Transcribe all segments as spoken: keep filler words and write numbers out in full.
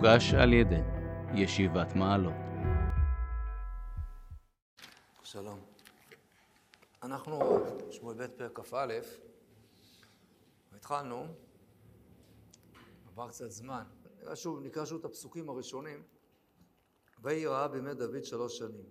מוגש על ידי ישיבת מעלות. שלום. אנחנו שמואל ב' פרק כ"א, והתחלנו, עבר קצת זמן, נקרא שוב, נקרא שוב את הפסוקים הראשונים. ויהי רעה בימי דוד שלוש שנים.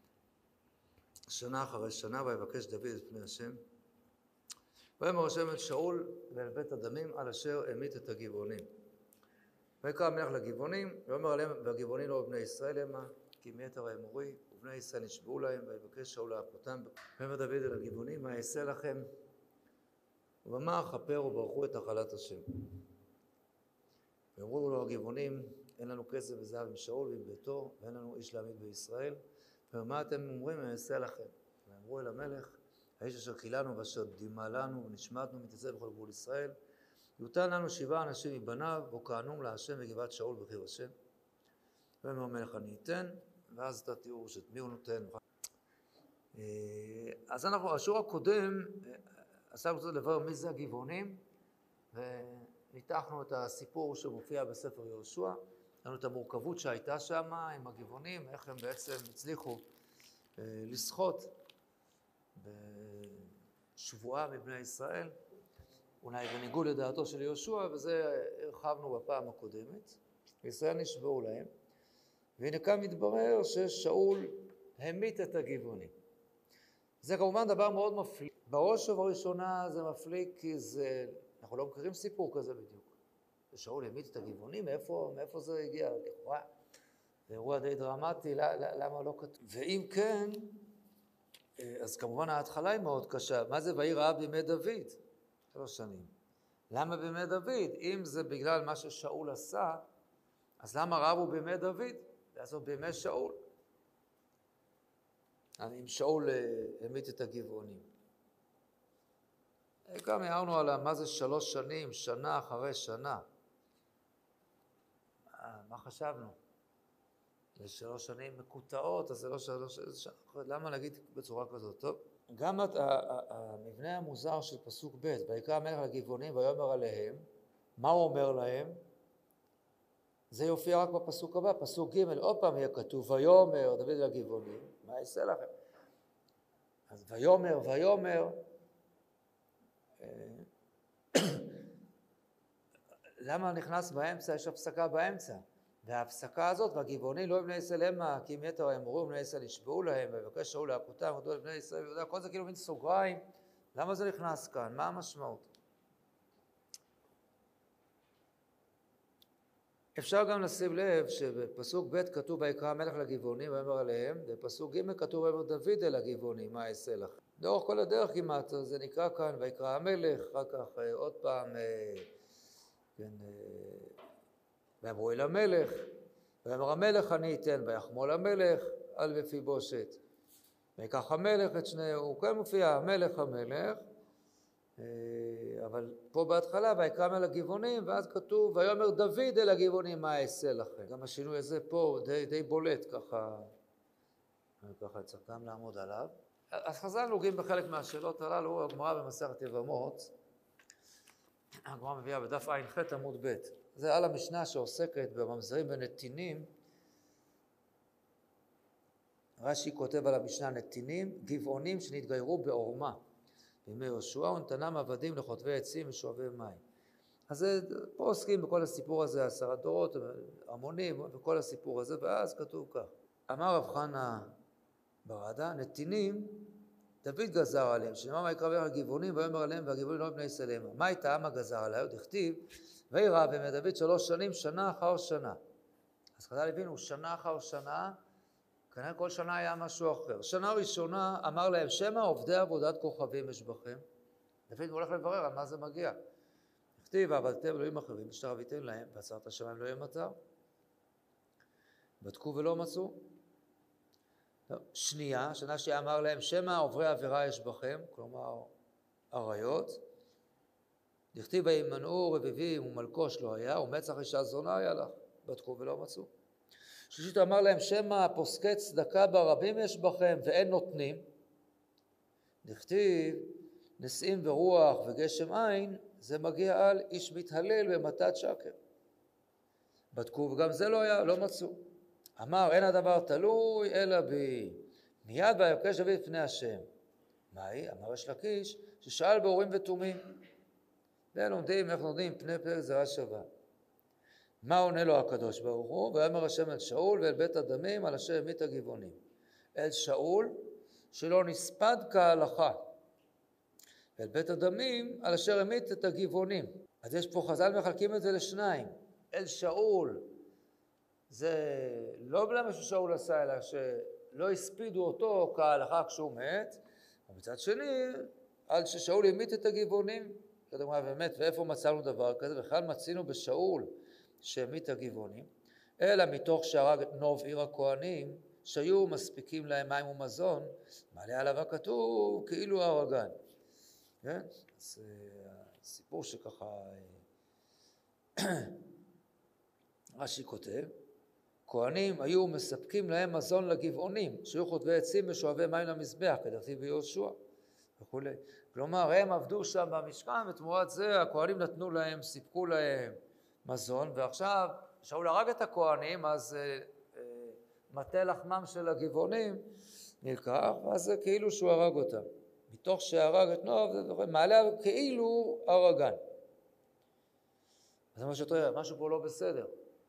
שנה אחרי שנה, ויבקש דוד את פני השם. ויאמר השם אל שאול ואל בית הדמים על אשר המית את הגבעונים. ויקרא המלך לגבעונים, ויאמר עליהם, והגבעונים לא בני ישראל המה, כי מיתר האמורי, ובני ישראל נשבעו להם, ויבקש שאול להכותם. ויאמר דוד אל הגבעונים, מה אעשה לכם? ובמה אכפר וברכו את נחלת השם. ואמרו לו הגבעונים, אין לנו כסף וזהב עם שאול ועם ביתו, ואין לנו איש להעמיד בישראל. ומה אתם אומרים, מה אעשה לכם? ואמרו אל המלך, האיש אשר קילנו ואשר דימה לנו ונשמטנו מתייצב בכל גבול ישראל, יותן לנו שבעה אנשים מבניו, וכהנו להשם בגבעת שאול בקרב השם. ואומר המלך, אני אתן, ואז אתה תראו שאת מי הוא נותן. אז אנחנו, השיעור הקודם, עשינו קצת לברר מי זה הגבעונים, וניתחנו את הסיפור שמופיע בספר יהושע, לנו את המורכבות שהייתה שם עם הגבעונים, איך הם בעצם הצליחו לשחות בשבועה מבני ישראל, אולי בניגוד לדעתו של יהושע, וזה הרחבנו בפעם הקודמת. וישראל נשבעו להם, והנה כאן מתברר ששאול המית את הגבעונים. זה כמובן דבר מאוד מפליג. בראש ובראשונה זה מפליג כי זה, אנחנו לא מכירים סיפור כזה בדיוק. ששאול המית את הגבעונים, מאיפה, מאיפה זה הגיע? לכאורה, זה אירוע די דרמטי, למה לא כתוב? ואם כן, אז כמובן ההתחלה היא מאוד קשה. מה זה ויהי רעה בימי דוד? שלוש שנים. למה בימי דוד? אם זה בגלל מה ששאול עשה, אז למה רב הוא בימי דוד? לעשות בימי שאול. אם שאול המית את הגבעונים. גם הערנו על מה זה שלוש שנים, שנה אחרי שנה. מה חשבנו? זה שלוש שנים מקוטעות, אז זה לא שלוש... למה להגיד בצורה כזאת? טוב. גם המבנה המוזר של פסוק ב', ויקרא המלך לגבעונים ויאמר עליהם, מה הוא אומר להם? זה יופיע רק בפסוק הבא, פסוק ג', עוד פעם יהיה כתוב, ויאמר דוד לגבעונים, מה יעשה לכם? אז ויאמר, ויאמר, למה נכנס באמצע? יש הפסקה באמצע. וההפסקה הזאת, והגבעונים לא בני ישראל המה, כי אם יתר האמורים בני ישראל נשבעו להם, ויבקש שאול להכותם, ודעו לבני ישראל ויהודה, כל זה כאילו מין סוגריים. למה זה נכנס כאן? מה המשמעות? אפשר גם לשים לב שבפסוק ב' כתוב ויקרא המלך לגבעונים ויאמר עליהם, ובפסוק ג' כתוב ויאמר דוד אל הגבעונים, מה אעשה לכם? לאורך כל הדרך כמעט, זה נקרא כאן ויקרא המלך, אחר כך עוד פעם, כן, ואמרו אל המלך, ואמר המלך אני אתן, ויחמול המלך על מפיבושת. ויקח המלך את שניהם, הוא כן מופיע המלך המלך, אבל פה בהתחלה ויקרא המלך לגבעונים, ואז כתוב ויאמר דוד אל הגבעונים מה אעשה לכם. גם השינוי הזה פה די, די בולט, ככה, ככה צריך גם לעמוד עליו. אז חז"ל נוגעים בחלק מהשאלות הללו, הגמרא במסכת יבמות, הגמרא מביאה בדף ע"ח עמוד ב'. זה על המשנה שעוסקת בממזרים ונתינים. רש"י כותב על המשנה נתינים, גבעונים שנתגיירו בעורמה. בימי יהושע ונתנם עבדים לחוטבי עצים ושואבי מים. אז פה עוסקים בכל הסיפור הזה, עשרת דורות, המונים וכל הסיפור הזה, ואז כתוב כך. אמר רב חנה ברדה, נתינים, דוד גזר עליהם, שנאמר ויקרא המלך לגבעונים ויאמר עליהם והגבעונים לא בני ישראל המה. מה הייתה העם הגזר עליהם? דכתיב ויהי רעה בימי דוד שלוש שנים, שנה אחר שנה. אז חז"ל הבינו, שנה אחר שנה, כנראה כל שנה היה משהו אחר. שנה ראשונה אמר להם, שמא עובדי עבודת כוכבים יש בכם. דוד הולך לברר על מה זה מגיע. דכתיב ועבדתם אלוהים אחרים, ושתרביתם להם, ועצרת השמיים לא יהיה מטר. בדקו ולא מצאו. שנייה, שנה שאמר להם, שמא עוברי עבירה יש בכם, כלומר, עריות. דכתיב וימנעו רבבים ומלקוש לא היה, ומצח אישה זונה היה לך, בדקו ולא מצאו. שלישית אמר להם, שמא פוסקי צדקה ברבים יש בכם ואין נותנים. דכתיב נשיאים ורוח וגשם עין, זה מגיע על איש מתהלל במתת שקר. בדקו וגם זה לא היה, לא מצאו. אמר, אין הדבר תלוי אלא בי. מיד ויבקש דוד לפני השם. מהי? אמר יש לקיש ששאל באורים ותומים. ולומדים, איך לומדים? פני פרק זרע שווה. מה עונה לו הקדוש ברוך הוא? ויאמר השם אל שאול ואל בית הדמים על אשר המית הגבעונים. אל שאול שלא נספד כהלכה. ואל בית הדמים על אשר המית את הגבעונים. אז יש פה חז"ל מחלקים את זה לשניים. אל שאול זה לא בגלל מה ששאול עשה, אלא שלא הספידו אותו כהלכה כשהוא מת. ומצד שני, על ששאול המית את הגבעונים. זאת אומרת, באמת, ואיפה מצאנו דבר כזה? בכלל מצינו בשאול שהמית הגבעונים, אלא מתוך שהרג נוב עיר הכהנים, שהיו מספיקים להם מים ומזון, מעלה עליו הכתוב כאילו הרגן. כן? אז סיפור שככה רש"י כותב, כהנים היו מספקים להם מזון לגבעונים, שהיו חוטבי עצים ושואבי מים למזבח, כדכתיב ביהושע וכו'. כלומר, הם עבדו שם במשכן, ותמורת זה הכהנים נתנו להם, סיפקו להם מזון, ועכשיו שאול הרג את הכהנים, אז אה, אה, מטה לחמם של הגבעונים נלקח, ואז זה כאילו שהוא הרג אותם. מתוך שהרג את נוב, זה מעלה כאילו הרגן. אז מה שאתה יודע, משהו פה לא בסדר.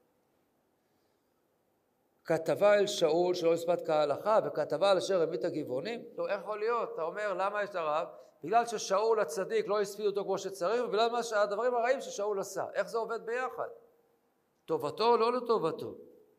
כתבה אל שאול שלא הספד כהלכה, וכתבה על אשר המית הגבעונים. לא, איך יכול להיות? אתה אומר, למה יש הרב? בגלל ששאול הצדיק לא הספיד אותו כמו שצריך, ובגלל מה שהדברים הרעים ששאול עשה. איך זה עובד ביחד? טובתו או לא לטובתו?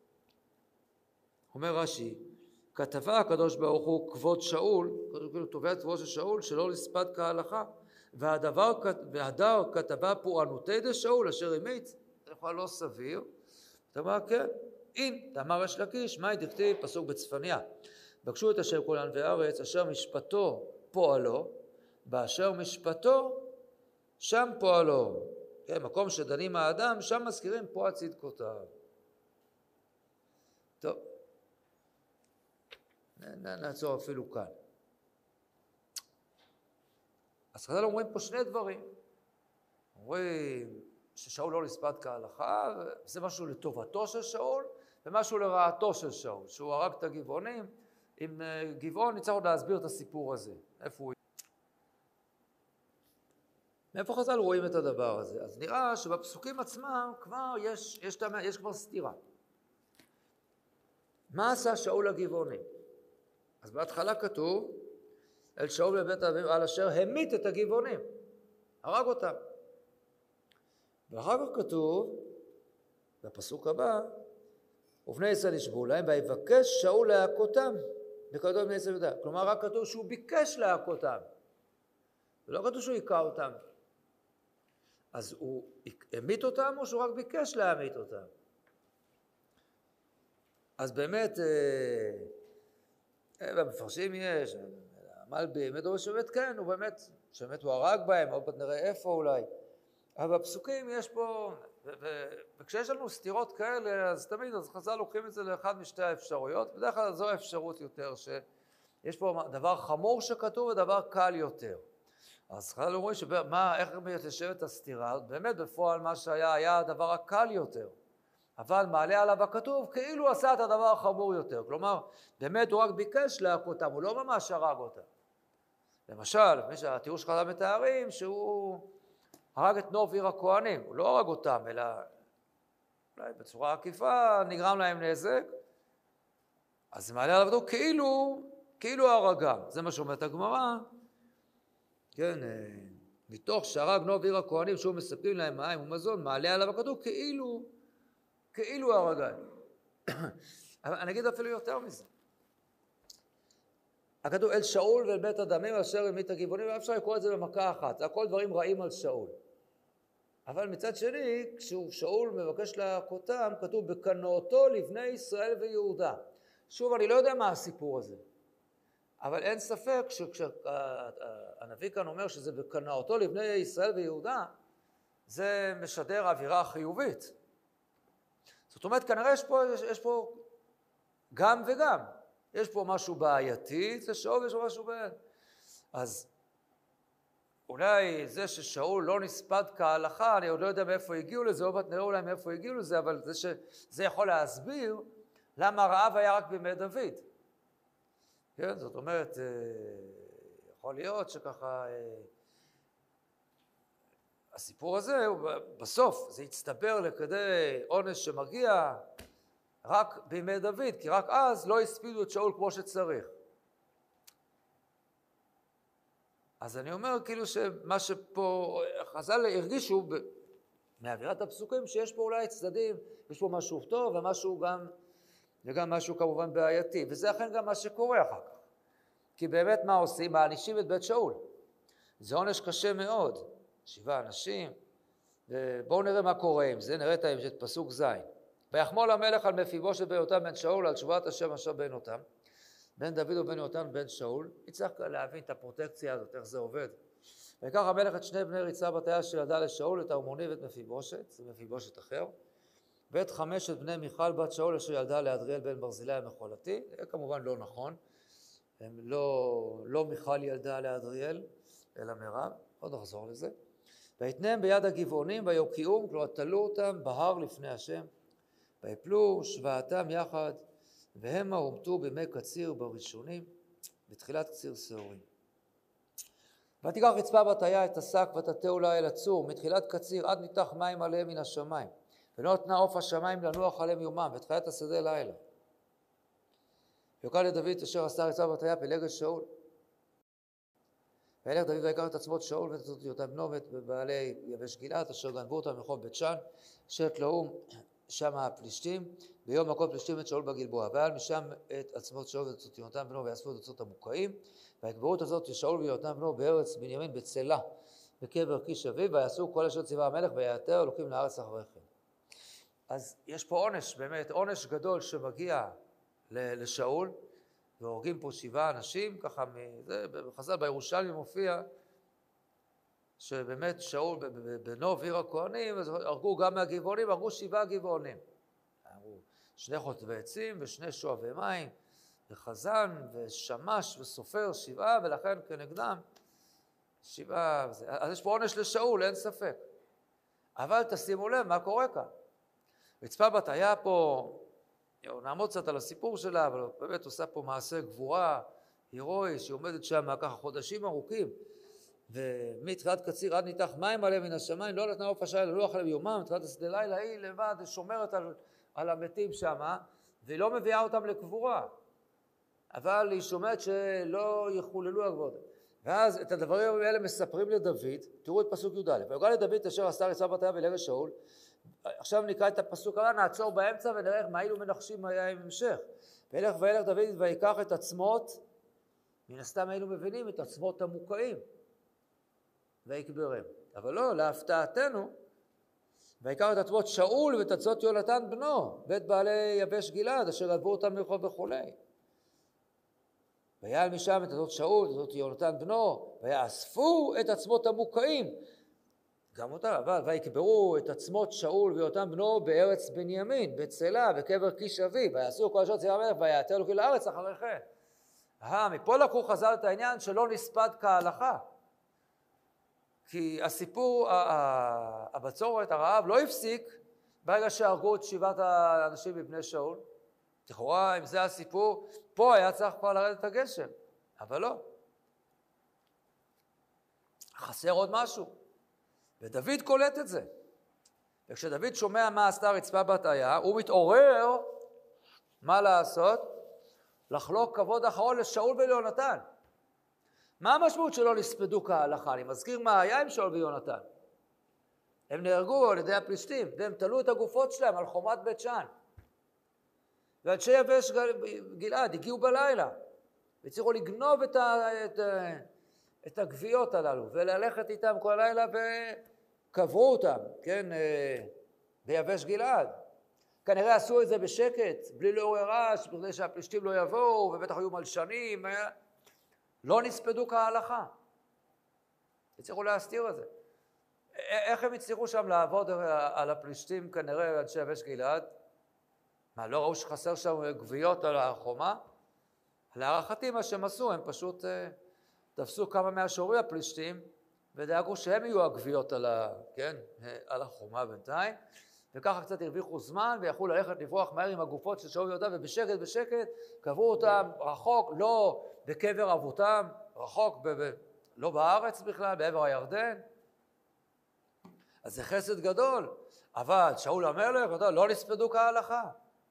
אומר רש"י, כתבה הקדוש ברוך הוא כבוד שאול, כאילו תובע כבוד של שאול, שלא נספד כהלכה, והדבר, והדר כתבה פורענותי דשאול אשר המית, זה יכול לא סביר. אתה אומר, כן, אין, תאמר יש לקיש, מה דכתיב? פסוק בצפניה. בקשו את השם כל ענבי הארץ, אשר משפטו פועלו, באשר משפטו, שם פועלו. כן, מקום שדנים האדם, שם מזכירים פועל צדקותיו. טוב, נעצור אפילו כאן. אז חז"ל אומרים פה שני דברים. אומרים ששאול לא נספד כהלכה, וזה משהו לטובתו של שאול, ומשהו לרעתו של שאול, שהוא הרג את הגבעונים. עם גבעון נצטרך עוד להסביר את הסיפור הזה. איפה הוא? מאיפה חז"ל רואים את הדבר הזה? אז נראה שבפסוקים עצמם כבר יש, יש, יש כבר סתירה. מה עשה שאול לגבעונים? אז בהתחלה כתוב, אל שאול בבית הדמים על אשר המית את הגבעונים, הרג אותם. ואחר כך כתוב, בפסוק הבא, ובני ישראל ישבו להם, ויבקש שאול להכותם, וכתוב בני ישראל יהודה. כלומר, רק כתוב שהוא ביקש להכותם, ולא כתוב שהוא היכה אותם. אז הוא המית אותם, או שהוא רק ביקש להמית אותם? אז באמת, במפרשים יש, המלבי, מדור שבאמת כן, הוא באמת, שבאמת הוא הרג בהם, עוד פעם נראה איפה אולי. אבל בפסוקים יש פה, וכשיש לנו סתירות כאלה, אז תמיד, אז חז"ל לוקחים את זה לאחד משתי האפשרויות, בדרך כלל זו האפשרות יותר, שיש פה דבר חמור שכתוב ודבר קל יותר. אז חז"ל אומרים שמה, איך מתיישבת הסתירה? באמת בפועל מה שהיה, היה הדבר הקל יותר. אבל מעלה עליו הכתוב, כאילו עשה את הדבר החמור יותר. כלומר, באמת הוא רק ביקש להכותם, הוא לא ממש הרג אותם. למשל, התיאור שחז"ל מתארים, שהוא הרג את נוב עיר הכהנים, הוא לא הרג אותם, אלא אולי בצורה עקיפה נגרם להם נזק, אז זה מעלה עליו הכתוב, כאילו, כאילו הרגם. זה מה שאומרת הגמרא, כן, מתוך שהרג נוב עיר הכהנים, שהוא מספקים להם מים ומזון, מעלה עליו הכתוב, כאילו, כאילו הרגן. אבל אני אגיד אפילו יותר מזה. הכתוב אל שאול ואל בית הדמים אשר המית הגבעונים, ואפשר לקרוא את זה במכה אחת. זה הכל דברים רעים על שאול. אבל מצד שני, כשהוא שאול מבקש להכותם, כתוב בקנאותו לבני ישראל ויהודה. שוב, אני לא יודע מה הסיפור הזה. אבל אין ספק שכשהנביא כאן אומר שזה בקנאותו לבני ישראל ויהודה, זה משדר אווירה חיובית. זאת אומרת, כנראה יש פה, יש, יש פה גם וגם. יש פה משהו בעייתי, זה שאול, יש פה משהו בעייתי. אז אולי זה ששאול לא נספד כהלכה, אני עוד לא יודע מאיפה הגיעו לזה, עוד מעט נראה אולי מאיפה הגיעו לזה, אבל זה שזה יכול להסביר למה הרעב היה רק בימי דוד. כן, זאת אומרת, יכול להיות שככה, הסיפור הזה, בסוף זה הצטבר לכדי עונש שמגיע רק בימי דוד, כי רק אז לא הספידו את שאול כמו שצריך. אז אני אומר כאילו שמה שפה חז"ל הרגישו מאווירת הפסוקים שיש פה אולי צדדים, יש פה משהו טוב ומשהו גם, וגם משהו כמובן בעייתי, וזה אכן גם מה שקורה אחר כך. כי באמת מה עושים? מענישים את בית שאול. זה עונש קשה מאוד, שבעה אנשים, ובואו נראה מה קורה עם זה, נראה את פסוק זין. ויחמול המלך על מפיבושת בן יונתן בן שאול, על תשובת השם אשר בן יונתן, בן דוד ובן יונתן בן שאול. יצטרך להבין את הפרוטקציה הזאת, איך זה עובד. ויקח המלך את שני בני ריצה בתיה שילדה לשאול, את הרמוני ואת מפיבושת, זה מפיבושת אחר, ואת חמשת בני מיכל בת שאול אשר ילדה לאדריאל בן ברזילי המחולתי. זה כמובן לא נכון, הם לא, לא מיכל ילדה לאדריאל, אלא מירב, עוד נחזור לזה. ויתנם ביד הגבעונים ויוקיעום, כלומר תלו אותם בהר לפני השם, ויפלו שבעתם יחד, והמה הומתו בימי קציר בראשונים, בתחילת קציר שעורים. ותיקח רצפה בתיה את השק ותטהו לה אל הצור, מתחילת קציר עד ניתח מים עליהם מן השמיים, ולא נתנה עוף השמיים לנוח עליהם יומם, ותחיית השדה לילה. ויוקע לדוד אשר עשה רצפה בתיה פלגת שאול. וילך דוד ויקח את עצמות שאול ואת עצמות יונתן בנו ואת בעלי יבש גלעד אשר גנבו אותם מרחוב בית שאן, אשר תלאו שם הפלישתים, ביום מכות פלישתים את שאול בגלבוע, ועל משם את עצמות שאול ואת עצמות יונתן בנו ויאספו את עצמות המוקעים, ויקברו את הזאת שאול ויונתן בנו בארץ בנימין בצלה, בקבר קיש אביו, ויעשו כל אשר ציווה המלך ויעתר אלוקים לארץ אחרי כן. אז יש פה עונש, באמת עונש גדול שמגיע לשאול, והורגים פה שבעה אנשים, ככה מזה, בחז"ל בירושלמי מופיע, שבאמת שאול בנו עיר הכהנים, הרגו גם מהגבעונים, הרגו שבעה גבעונים. הרגו שני חוטבי עצים ושני שואבי מים, וחזן ושמש וסופר שבעה, ולכן כנגדם שבעה. אז יש פה עונש לשאול, אין ספק. אבל תשימו לב מה קורה כאן. רצפה בתיה פה, נעמוד קצת על הסיפור שלה, אבל באמת עושה פה מעשה גבורה, הירואי, שעומדת שם ככה חודשים ארוכים, ומתחילת קציר עד ניתח מים עליהם מן השמיים, לא נתנה עוף השמיים לנוח עליהם יומם, מתחילת השדה לילה, היא לבד שומרת על, על המתים שם, והיא לא מביאה אותם לקבורה, אבל היא שומעת שלא יחוללו הגבורות. ואז את הדברים האלה מספרים לדוד, תראו את פסוק י"א, ויוגע לדוד אשר עשה רצפה בתיה ולגת שאול. עכשיו נקרא את הפסוק הבא, נעצור באמצע ונראה מה אילו מנחשים מה היה עם המשך. וילך וילך דוד ויקח את עצמות, מן הסתם היינו מבינים את עצמות המוקעים, ויקברם. אבל לא, להפתעתנו, ויקח את עצמות שאול ואת עצמות יונתן בנו, ואת בעלי יבש גלעד, אשר גנבו אותם מרחוב וכולי. ויעל משם את עצמות שאול, את עצמות יונתן בנו, ויאספו את עצמות המוקעים, גם אותה, אבל ויקברו את עצמות שאול ויונתן בנו בארץ בנימין, בצלה, בקבר קיש אביו, ויעשו כל אשר ציווה המלך, ויעתר אלוקים לארץ אחרי כן. אה, מפה לקחו חז"ל את העניין שלא נספד כהלכה. כי הסיפור, הבצורת, הרעב, לא הפסיק ברגע שהרגו את שבעת האנשים מפני שאול. לכאורה, אם זה הסיפור, פה היה צריך כבר לרדת הגשם, אבל לא. חסר עוד משהו. ודוד קולט את זה. וכשדוד שומע מה עשתה רצפה בתיה, הוא מתעורר, מה לעשות? לחלוק כבוד אחרון לשאול וליונתן. מה המשמעות שלא נספדו כהלכה? אני מזכיר מה היה עם שאול ויונתן. הם נהרגו על ידי הפלישתים, והם תלו את הגופות שלהם על חומת בית שאן. ואנשי יבש גלעד הגיעו בלילה, והצליחו לגנוב את, ה, את, את הגוויות הללו, וללכת איתם כל הלילה וקברו אותם, כן, ביבש גלעד. כנראה עשו את זה בשקט, בלי לעורר רעש, בכדי שהפלישתים לא יבואו, ובטח היו מלשנים, לא נספדו כהלכה. הצליחו להסתיר את זה. איך הם הצליחו שם לעבוד על הפלישתים, כנראה אנשי יבש גלעד? מה, לא ראו שחסר שם גוויות על החומה? להערכתי מה שהם עשו, הם פשוט תפסו כמה מהשורי הפלישתים, ודאגו שהם יהיו הגוויות על, ה, כן, על החומה בינתיים, וככה קצת הרוויחו זמן ויכלו ללכת לברוח מהר עם הגופות של שאול ויהודה, ובשקט בשקט קברו אותם רחוק, לא בקבר אבותם, רחוק, ב, ב, לא בארץ בכלל, בעבר הירדן. אז זה חסד גדול, אבל שאול המלך לא נספדו כהלכה.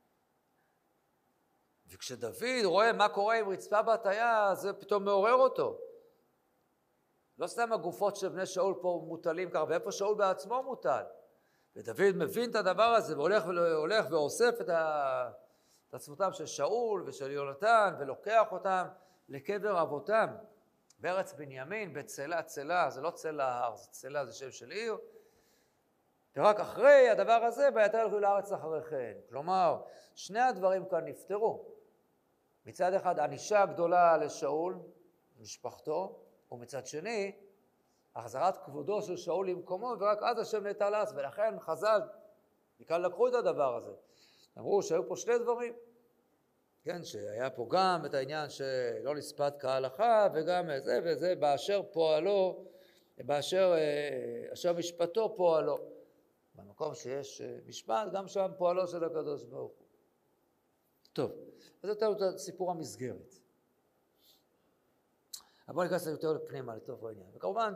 וכשדוד רואה מה קורה עם רצפה בהטיה, זה פתאום מעורר אותו. לא סתם הגופות של בני שאול פה מוטלים כך, ואיפה שאול בעצמו מוטל. ודוד מבין את הדבר הזה, והולך והולך ואוסף את, ה... את עצמותם של שאול ושל יונתן, ולוקח אותם לקבר אבותם, בארץ בנימין, בצלה, צלה, זה לא צלה ההר, זה צלה, זה שם של עיר. ורק אחרי הדבר הזה, ויתר הלכו לארץ אחרי כן. כלומר, שני הדברים כאן נפטרו. מצד אחד, ענישה גדולה לשאול, משפחתו, ומצד שני, החזרת כבודו של שאול למקומו, ורק אז השם נטע לעש, ולכן חז"ל, מכאן לקחו את הדבר הזה. אמרו שהיו פה שני דברים, כן, שהיה פה גם את העניין שלא נספד כהלכה, וגם זה וזה, באשר פועלו, באשר אשר משפטו פועלו. במקום שיש משפט, גם שם פועלו של הקדוש ברוך הוא. טוב, אז זה את סיפור המסגרת. אבל בואו ניכנס יותר לפנימה, לתוך העניין. וכמובן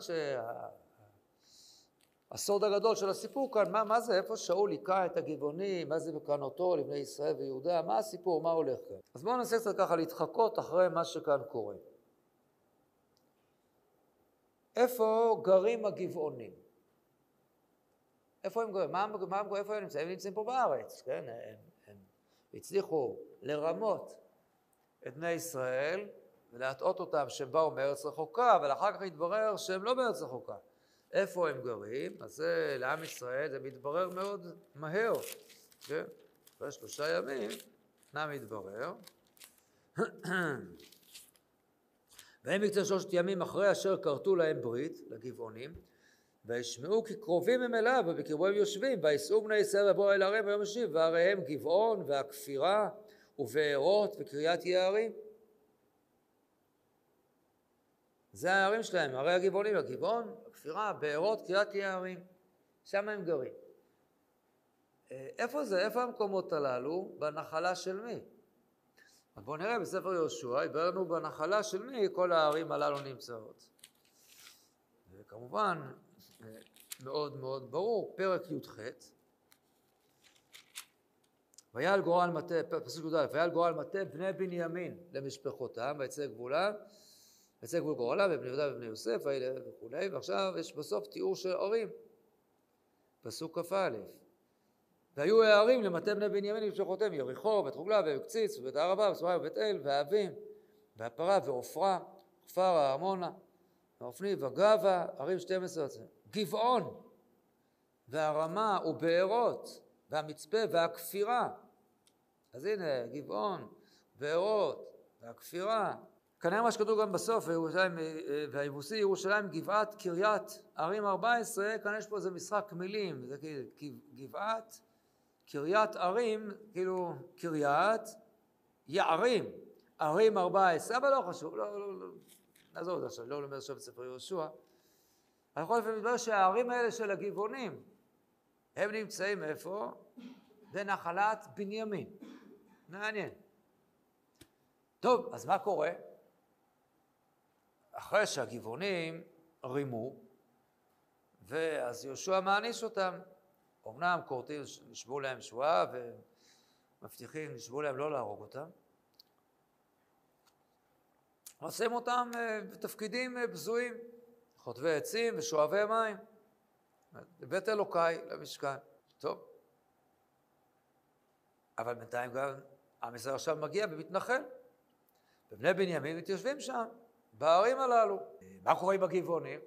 שהסוד הגדול של הסיפור כאן, מה, מה זה, איפה שאול היקע את הגבעונים, מה זה בקנאותו לבני ישראל ויהודה, מה הסיפור, מה הולך כאן? אז בואו ננסה קצת ככה להתחקות אחרי מה שכאן קורה. איפה גרים הגבעונים? איפה הם גרים? מה, מה, איפה הם נמצאים? הם נמצאים פה בארץ, כן? הם, הם הצליחו לרמות את בני ישראל, ולהטעות אותם שהם באו מארץ רחוקה, אבל אחר כך התברר שהם לא בארץ רחוקה. איפה הם גרים? אז זה, לעם ישראל זה מתברר מאוד מהר. כן? אחרי שלושה ימים, נע מתברר. והם מקצה שלושת ימים אחרי אשר כרתו להם ברית, לגבעונים, וישמעו כי קרובים הם אליו, ובקרבו הם יושבים, ויסעו בני ישראל ובואו אל עריהם ויום השיב, והעריהם גבעון והכפירה, ובארות וקריית יערים. זה הערים שלהם, ערי הגבעונים, הגבעון, הכפירה, בארות, קריית יערים. שם הם גרים. איפה זה? איפה המקומות הללו? בנחלה של מי? אז בואו נראה בספר יהושע, יבוא לנו בנחלה של מי כל הערים הללו נמצאות. וכמובן, מאוד מאוד ברור, פרק י"ח, ויעל גורל מטה, פסוק י"א, ויעל גורל מטה בני בנימין למשפחותם, ויצא גבולם, ויצא גבול גורלה, ובני יהודה ובני יוסף, וכו'. ועכשיו יש בסוף תיאור של ערים, פסוק כ"א. והיו הערים למטה בני בנימין למשפחותיהם, יריחו, בית חוגלה, ויקציץ, ובית הערבה, וסוריה, ובית אל, והאבים, והפרה, ועופרה, עפרה, ארמונה, ועופני, וגבה, ערים שתים עשרה, גבעון, והרמה, ובארות, והמצפה, והכפירה. אז הנה, גבעון, בארות, והכפירה. כנראה מה שכתוב גם בסוף, והיבוסי ירושלים, גבעת קריית ערים ארבע עשרה, כאן יש פה איזה משחק מילים, זה כאילו גבעת קריית ערים, כאילו קריית יערים, ערים ארבע עשרה, אבל לא חשוב, לא, לא, לא, נעזוב את זה עכשיו, לא לומד עכשיו בספר יהושע. אני יכול לפעמים לדבר שהערים האלה של הגבעונים, הם נמצאים איפה? בנחלת בנימין. מעניין. טוב, אז מה קורה? אחרי שהגבעונים רימו, ואז יהושע מעניש אותם. אמנם כורתים, נשבעו להם שבועה, ומבטיחים, נשבעו להם לא להרוג אותם. עושים אותם בתפקידים בזויים, חוטבי עצים ושואבי מים. לבית אלוקי, למשכן. טוב. אבל בינתיים גם עם ישראל עכשיו מגיע ומתנחל. ובני בנימין מתיישבים שם, בערים הללו. מה קורה עם הגבעונים?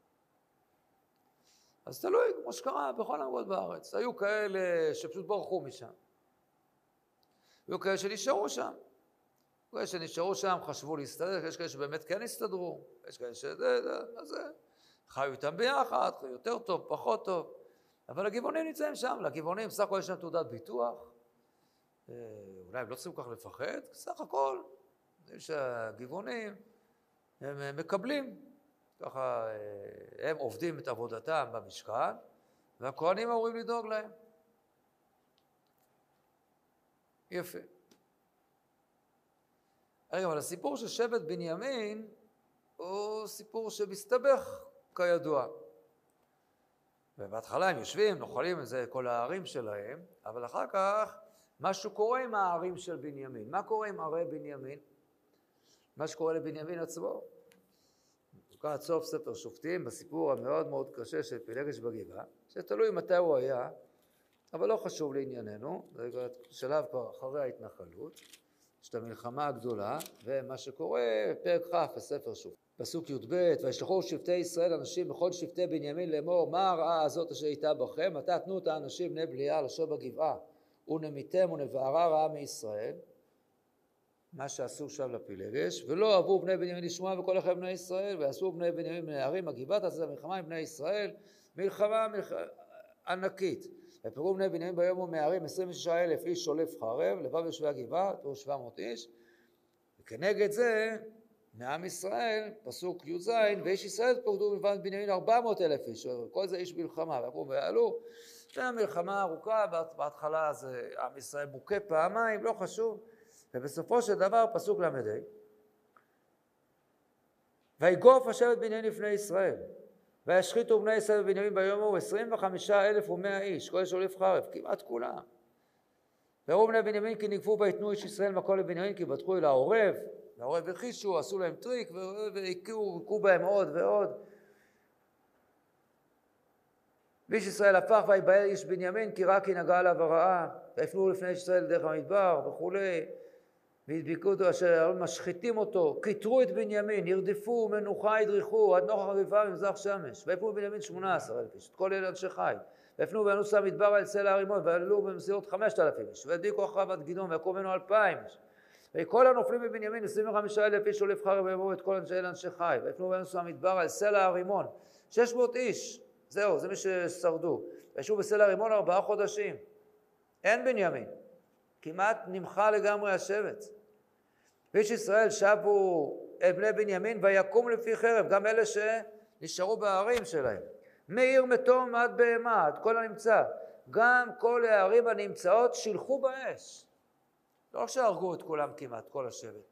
אז תלוי, כמו שקרה בכל המקומות בארץ. היו כאלה שפשוט ברחו משם. היו כאלה שנשארו שם. כאלה שנשארו שם, חשבו להסתדר, יש כאלה שבאמת כן הסתדרו, יש כאלה שזה, זה, זה. חיו איתם ביחד, חיו יותר טוב, פחות טוב. אבל הגבעונים נמצאים שם, לגבעונים סך הכל יש להם תעודת ביטוח. אולי הם לא צריכים כך לפחד, סך הכל. יש הגבעונים, הם מקבלים ככה הם עובדים את עבודתם במשכן, והכהנים אמורים לדאוג להם. יפה. רגע, אבל הסיפור של שבט בנימין הוא סיפור שמסתבך כידוע. ובהתחלה הם יושבים, נוחלים את זה, כל הערים שלהם, אבל אחר כך משהו קורה עם הערים של בנימין. מה קורה עם ערי בנימין? מה שקורה לבנימין עצמו. לקראת סוף ספר שופטים, בסיפור המאוד מאוד קשה של פילגש בגבעה, שתלוי מתי הוא היה, אבל לא חשוב לענייננו, זה שלב כבר אחרי ההתנחלות, יש את המלחמה הגדולה, ומה שקורה בפרק כ' בספר שופטים. פסוק י"ב, וישלחו שבטי ישראל אנשים בכל שבטי בנימין לאמור, מה הרעה הזאת אשר הייתה בכם? עתה תנו את האנשים בני בליעל אשר בגבעה, ונמיתם ונבערה רעה מישראל, מה שעשו שם לפילגש, ולא אהבו בני בנימין לשמוע וכל לכם בני ישראל, ועשו בני בנימין בני הערים הגבעה, תעשה מלחמה עם בני ישראל, מלחמה, מלחמה ענקית. ופירו בני בנימין ביום ומהערים עשרים ושישה אלף איש שולף חרב, לבב יושבי הגבעה, תראו שבע מאות איש, וכנגד זה, מעם ישראל, פסוק י"ז, ואיש ישראל פקדו מלבד בנימין ארבע מאות אלף איש, כל זה איש מלחמה, ואמרו ועלו, והמלחמה ארוכה, בהתחלה זה עם ישראל מוכה פעמיים, לא חשוב, ובסופו של דבר פסוק למדי, ויגוף השבט בנימין לפני ישראל, וישחיתו בני ישראל ובנימין ביום ההוא עשרים וחמישה אלף ומאה איש, כל שולף חרב, כמעט כולם. ויראו בני בנימין כי נגפו ויתנו איש ישראל מקום לבנימין, כי בטחו אל העורב, והעורב הכישו, עשו להם טריק, והכו בהם עוד ועוד. ואיש ישראל הפך ויבהל איש בנימין, כי רק כי נגע עליו הרעה, ויפנו לפני איש ישראל דרך המדבר וכולי, והדביקו אותו אשר משחיתים אותו, כיתרו את בנימין, ירדפו, מנוחה ידריכו, עד נוכח הגבעה ממזרח שמש, ויפנו בנימין שמונה עשר אלף איש, את כל אלה אנשי חי, ויפנו וינוסו המדבר על צל ההרימון, ועלו במסירות חמשת אלפים איש, והדביקו אחריו עד גדעון, ויקום ממנו אלפיים איש, וכל הנופלים בבנימין עשרים וחמישה אלף איש שולף חרב ויאמרו את כל אנשי אלה אנשי חי, ויפנו וינוסו המדבר על צל ההרימון, שש מאות איש, זהו, זה מי ששרדו, וישבו בסלע הרימון ארבעה חודשים, אין בנימין, כמעט נמחה לגמרי השבט. ואיש ישראל שבו את בני בנימין ויקום לפי חרב, גם אלה שנשארו בערים שלהם. מעיר מתום עד בהמה, עד כל הנמצא. גם כל הערים הנמצאות שילחו באש. לא רק שהרגו את כולם כמעט, כל השבט.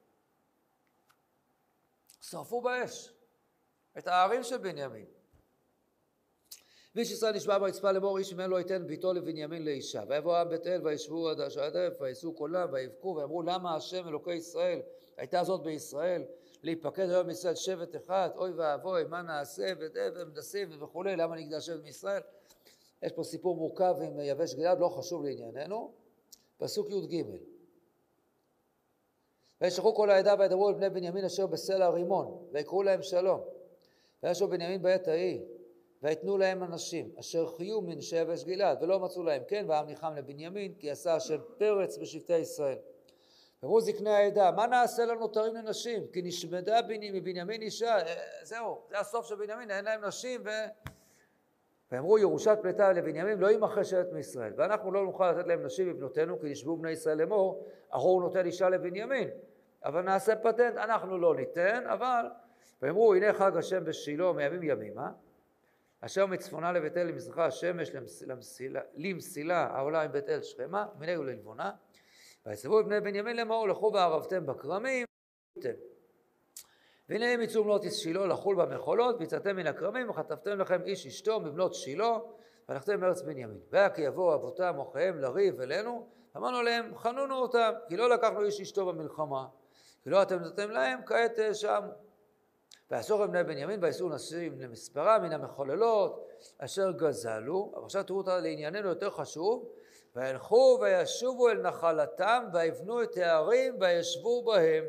שרפו באש את הערים של בנימין. ואיש ישראל נשבע ברצפה לאמור, איש ממנו לא ייתן ביתו לבנימין לאישה. ויבוא העם בית אל וישבו עד השעדף ויעשו קולם ויבכו ואמרו, למה השם אלוקי ישראל הייתה זאת בישראל להיפקד היום מישראל שבט אחד, אוי ואבוי מה נעשה ומנסים וכו', למה נגדל שבט מישראל? יש פה סיפור מורכב עם יבש גלעד, לא חשוב לענייננו. פסוק י"ג, וישלחו כל העדה וידברו אל בני בנימין אשר בסלע הרימון ויקראו להם שלום. וישבו בנימין בעת ההיא ויתנו להם אנשים אשר חיו מנשי יבש גלעד ולא מצאו להם כן, והעם ניחם לבנימין כי עשה השם פרץ בשבטי ישראל. ואמרו זקני העדה, מה נעשה לנותרים לנשים? כי נשמדה מבנימין אישה, זהו, זה הסוף של בנימין, אין להם נשים. ו... ואמרו ירושת פלטה לבנימין לא ימחה שבט מישראל, ואנחנו לא נוכל לתת להם נשים מבנותינו, כי נשבעו בני ישראל לאמור, ארור נותן אישה לבנימין, אבל נעשה פטנט, אנחנו לא ניתן, אבל... ואמרו הנה חג השם בשילה מימים ימימה, אשר מצפונה לבית אל למזרחה השמש למסילה, למסילה העולה עם בית אל שכמה, מנגד וללבונה, ויסבו את בני בנימין לאמור, לכו וערבתם בכרמים, והנה הם יצאו בנות שילה לחול במחולות, ויצאתם מן הכרמים, וחטפתם לכם איש אשתו מבנות שילה, והלכתם מארץ בנימין. והיה כי יבואו אבותם אחיהם לריב אלינו, אמרנו להם, חנונו אותם, כי לא לקחנו איש אשתו במלחמה, כי לא אתם נתתם להם, כעת שם. ויאסור בני בנימין ויסעו נשים למספרה מן המחוללות אשר גזלו. אבל עכשיו תראו אותה לענייננו יותר חשוב, וילכו וישובו אל נחלתם ויבנו את הערים וישבו בהם.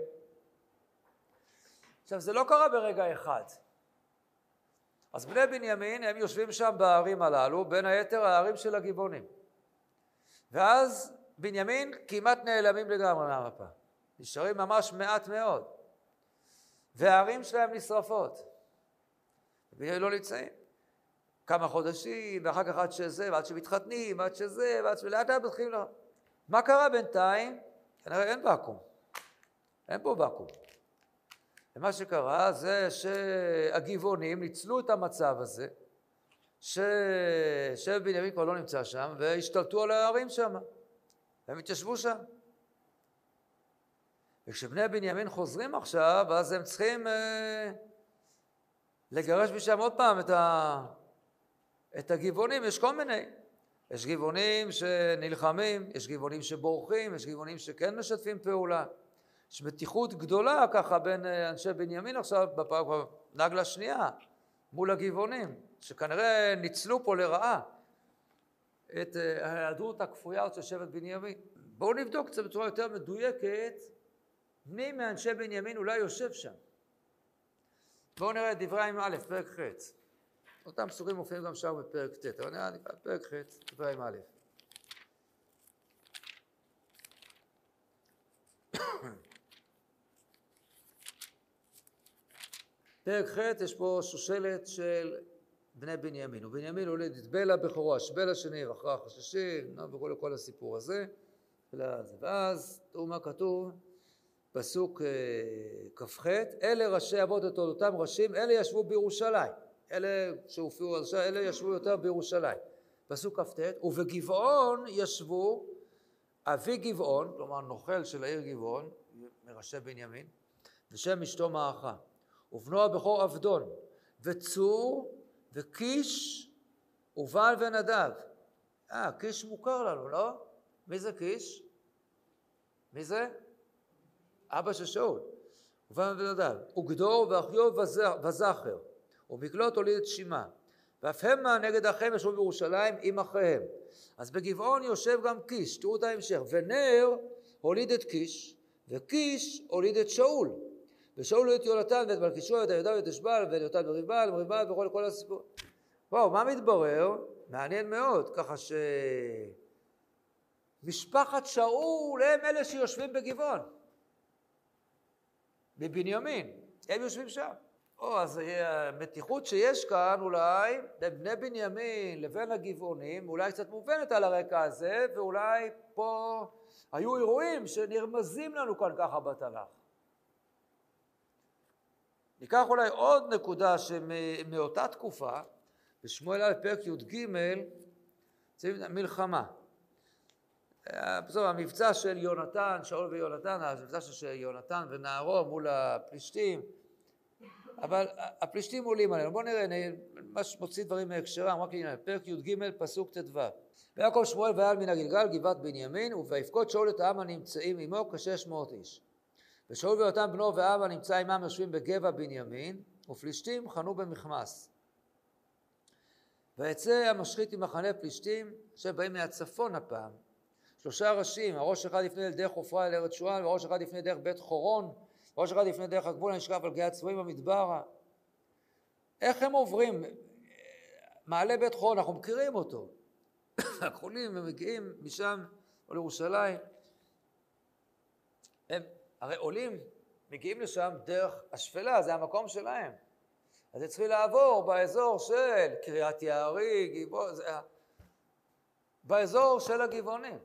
עכשיו זה לא קרה ברגע אחד. אז בני בנימין הם יושבים שם בערים הללו, בין היתר הערים של הגבעונים. ואז בנימין כמעט נעלמים לגמרי מהמפה. נשארים ממש מעט מאוד. והערים שלהם נשרפות. בנימין לא נמצאים. כמה חודשים, ואחר כך עד שזה, ועד שמתחתנים, ועד שזה, ועד שלאט לאט מתחילים לה... מה קרה בינתיים? כנראה אין ואקום. אין פה ואקום. ומה שקרה זה שהגבעונים ניצלו את המצב הזה, ששבט בנימין כבר לא נמצא שם, והשתלטו על הערים שם, והם התיישבו שם. וכשבני בנימין חוזרים עכשיו, אז הם צריכים אה, לגרש משם עוד פעם את, ה, את הגבעונים. יש כל מיני. יש גבעונים שנלחמים, יש גבעונים שבורחים, יש גבעונים שכן משתפים פעולה. יש מתיחות גדולה ככה בין אנשי בנימין עכשיו, בנגלה שנייה, מול הגבעונים, שכנראה ניצלו פה לרעה את ההיעדרות הכפויה של שבט בנימין. בואו נבדוק קצת בצורה יותר מדויקת, מי מאנשי בנימין אולי יושב שם. בואו נראה את דברי הימים א', פרק ח'. אותם פסוקים מופיעים גם שם בפרק ט', אבל נראה נקרא פרק ח', דברי הימים א'. פרק ח' יש פה שושלת של בני בנימין, ובנימין הוליד את בלה בכורו, השבל השני ואחרי החששי, וכל כל הסיפור הזה. ואז תראו מה כתוב, פסוק כ"ח, אלה ראשי אבות את אותם ראשים, אלה ישבו בירושלים, אלה שהופיעו, אלה ישבו יותר בירושלים. פסוק כ"ט, ובגבעון ישבו אבי גבעון, כלומר נוכל של העיר גבעון, מראשי בנימין, ושם אשתו מעכה, ובנו הבכור עבדון, וצור וקיש ובעל ונדב. אה, קיש מוכר לנו, לא? מי זה קיש? מי זה? אבא של שאול. ובעל ונדב. וגדור ואחיו וזכר. ומקלוט הוליד את שימה. ואף המה נגד אחיהם ישבו בירושלים עם אחיהם. אז בגבעון יושב גם קיש, תראו את ההמשך. ונר הוליד את קיש, וקיש הוליד את שאול. ושאול הוליד את יונתן ואת מלכישוע ואת יהודה ואת אשבל ואת יונתן וריבל וריבל וכל כל הסיפור. וואו, מה מתברר? מעניין מאוד, ככה שמשפחת שאול הם אלה שיושבים בגבעון. בבנימין, הם יושבים שם. או, אז המתיחות שיש כאן אולי בין בני בנימין לבין הגבעונים, אולי קצת מובנת על הרקע הזה, ואולי פה היו אירועים שנרמזים לנו כאן ככה בתנ"ך. ניקח אולי עוד נקודה שמאותה תקופה, בשמואל א' פרק י"ג, מלחמה. בסוף המבצע של יונתן, שאול ויונתן, המבצע של יונתן ונערו מול הפלישתים, אבל הפלישתים עולים עלינו. בואו נראה, אני ממש מוציא דברים מהקשרם, רק לעניין, פרק י"ג, פסוק ט"ו. ויעקב שמואל ויעל מן הגלגל גבעת בנימין, ויפקוד שאול את העם הנמצאים עמו כשש מאות איש. ושאול ויונתן בנו ועם הנמצא עמם יושבים בגבע בנימין, ופלישתים חנו במכמס. ויצא המשחית עם מחנה פלישתים, שבאים מהצפון הפעם. שלושה ראשים, הראש אחד לפני דרך עופרה אל ארץ שועל, והראש אחד לפני דרך בית חורון, והראש אחד לפני דרך הגבול הנשקף על גיא צבועים במדבר. איך הם עוברים? מעלה בית חורון, אנחנו מכירים אותו. הכחולים, הם מגיעים משם או לירושלים. הם הרי עולים, מגיעים לשם דרך השפלה, זה המקום שלהם. אז הם צריכים לעבור באזור של קריית יערי, גבעון, זה... באזור של הגבעונים.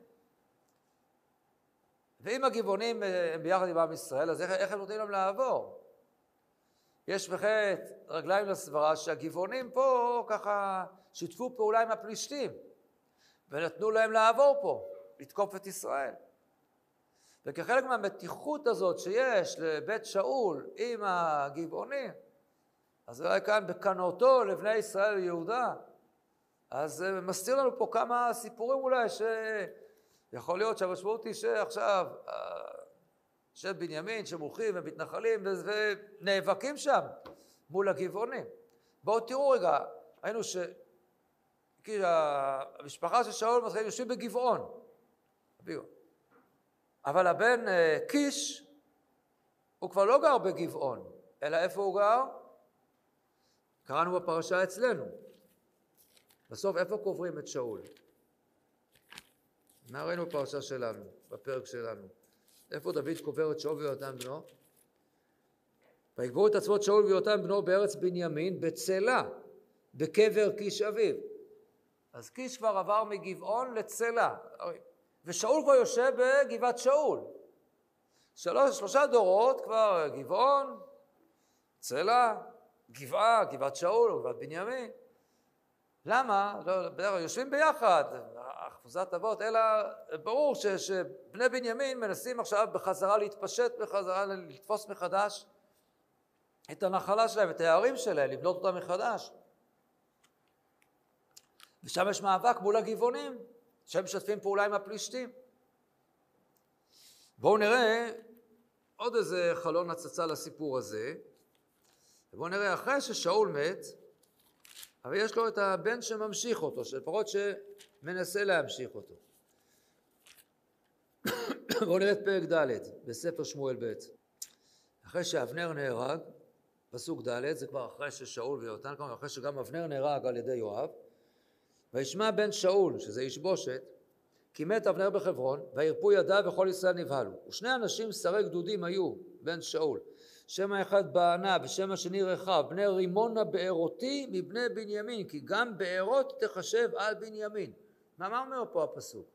ואם הגבעונים הם ביחד עם עם ישראל, אז איך, איך הם נותנים להם לעבור? יש בחטא רגליים לסברה שהגבעונים פה ככה שיתפו פעולה עם הפלישתים, ונתנו להם לעבור פה, לתקוף את ישראל. וכחלק מהמתיחות הזאת שיש לבית שאול עם הגבעונים, אז אולי כאן בקנאותו לבני ישראל ויהודה, אז מסתיר לנו פה כמה סיפורים אולי שיכול להיות שהמשמעות היא שעכשיו שבט בנימין שמולכים ומתנחלים ונאבקים שם מול הגבעונים. בואו תראו רגע, ראינו שהמשפחה של שאול מתחילים יושבים בגבעון, אבל הבן קיש הוא כבר לא גר בגבעון, אלא איפה הוא גר? קראנו בפרשה אצלנו. בסוף איפה קוברים את שאול? מה ראינו בפרשה שלנו, בפרק שלנו? איפה דוד קובר את שאול ויונתן בנו? ויקברו את עצמות שאול ויונתן בנו בארץ בנימין, בצלה, בקבר קיש אביו. אז קיש כבר עבר מגבעון לצלה, ושאול כבר יושב בגבעת שאול. שלוש, שלושה דורות כבר גבעון, צלע, גבעה, גבעת שאול או גבעת בנימין. למה? לא, בדרך יושבים ביחד, אחוזת אבות, אלא ברור ש, שבני בנימין מנסים עכשיו בחזרה להתפשט, בחזרה לתפוס מחדש את הנחלה שלהם, את הערים שלהם, לבנות אותם מחדש. ושם יש מאבק מול הגבעונים, שהם משתפים פעולה עם הפלישתים. בואו נראה עוד איזה חלון הצצה לסיפור הזה. ובואו נראה, אחרי ששאול מת, אבל יש לו את הבן שממשיך אותו, שלפחות שמנסה להמשיך אותו. בואו נראה את פרק ד' בספר שמואל ב'. אחרי שאבנר נהרג, פסוק ד', זה כבר אחרי ששאול ויונתן, אחרי שגם אבנר נהרג על ידי יואב, וישמע בן שאול, שזה איש בושת, כי מת אבנר בחברון, וירפו ידיו וכל ישראל נבהלו. ושני אנשים שרי גדודים היו, בן שאול, שם האחד בענה ושם השני רחב, בני רימונה בארותי מבני בנימין, כי גם בארות תחשב על בנימין. מה, מה אומר פה הפסוק?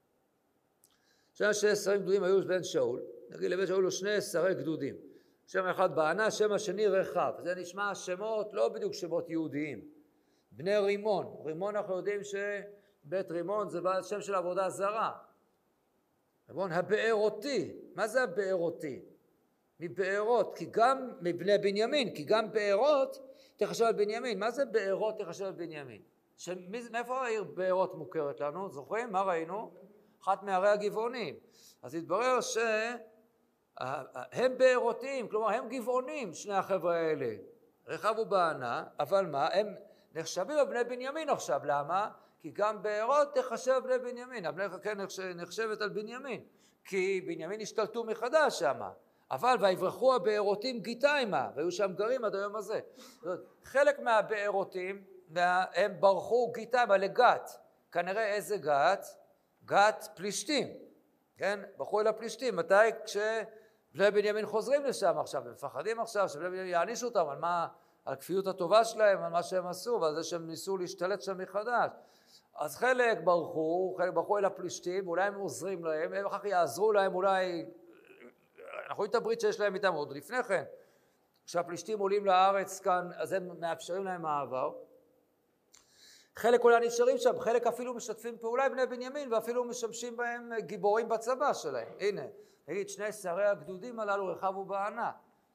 שם שני שרי גדודים היו בן שאול, נגיד לבן שאול הוא שני שרי גדודים, שם האחד בענה, שם השני רחב. זה נשמע שמות, לא בדיוק שמות יהודיים. בני רימון, רימון אנחנו יודעים שבית רימון זה שם של עבודה זרה. רימון הבארותי, מה זה הבארותי? מבארות, כי גם מבני בנימין, כי גם בארות תחשב על בנימין. מה זה בארות תחשב על בנימין? שמי, מאיפה העיר בארות מוכרת לנו? זוכרים? מה ראינו? אחת מערי הגבעונים. אז התברר שהם בארותיים, כלומר הם גבעונים, שני החבר'ה האלה. רחב ובענה, אבל מה? הם נחשבים על בני בנימין עכשיו. למה? כי גם בארות תחשב בני בנימין. הבני כן נחשבת על בנימין, כי בנימין השתלטו מחדש שם. אבל ויברחו הבארותים גיתיימה, והיו שם גרים עד היום הזה. חלק מהבארותים הם ברחו גיתיימה לגת. כנראה איזה גת? גת פלישתים. כן? ברחו אל הפלישתים. מתי? כשבני בנימין חוזרים לשם עכשיו, הם מפחדים עכשיו שבני בנימין יענישו אותם על מה? על כפיות הטובה שלהם, על מה שהם עשו, ועל זה שהם ניסו להשתלט שם מחדש. אז חלק ברחו, חלק ברחו אל הפלישתים, ואולי הם עוזרים להם, הם אחר כך יעזרו להם אולי, אנחנו רואים את הברית שיש להם איתם עוד לפני כן. כשהפלישתים עולים לארץ כאן, אז הם מאפשרים להם מעבר. חלק אולי נשארים שם, חלק אפילו משתפים פעולה עם בני בנימין, ואפילו משמשים בהם גיבורים בצבא שלהם. הנה, נגיד שני שרי הגדודים הללו, רחב ובענה.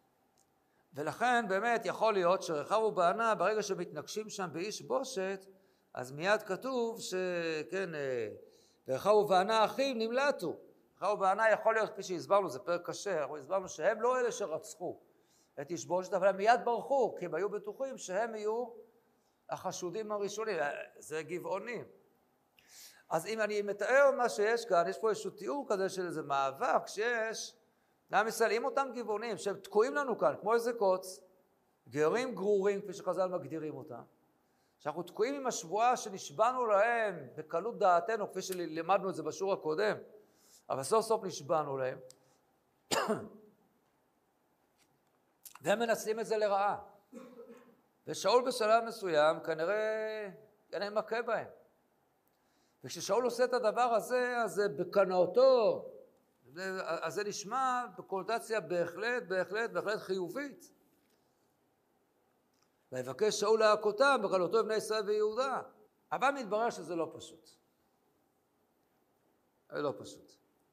ולכן באמת יכול להיות שרחב ובענה, ברגע שמתנגשים שם באיש בושת, אז מיד כתוב שכן, רחב ובענה אחים נמלטו. רחב ובענה יכול להיות, כפי שהסברנו, זה פרק קשה, אנחנו הסברנו שהם לא אלה שרצחו את איש בושת, אבל הם מיד ברחו, כי הם היו בטוחים שהם יהיו החשודים הראשונים. זה גבעונים. אז אם אני מתאר מה שיש כאן, יש פה איזשהו תיאור כזה של איזה מאבק שיש, לעם ישראל, עם אותם גבעונים שהם תקועים לנו כאן, כמו איזה קוץ, גרים גרורים, כפי שחז"ל מגדירים אותם, שאנחנו תקועים עם השבועה שנשבענו להם בקלות דעתנו, כפי שלמדנו את זה בשיעור הקודם, אבל סוף סוף נשבענו להם, והם מנצלים את זה לרעה. ושאול בשלב מסוים כנראה, כנראה מכה בהם. וכששאול עושה את הדבר הזה, אז זה בקנאותו, אז זה נשמע בקונוטציה בהחלט, בהחלט, בהחלט חיובית. ויבקש שאול להכותם בקנאותו בני ישראל ויהודה. אבל מתברר שזה לא פשוט. זה לא פשוט.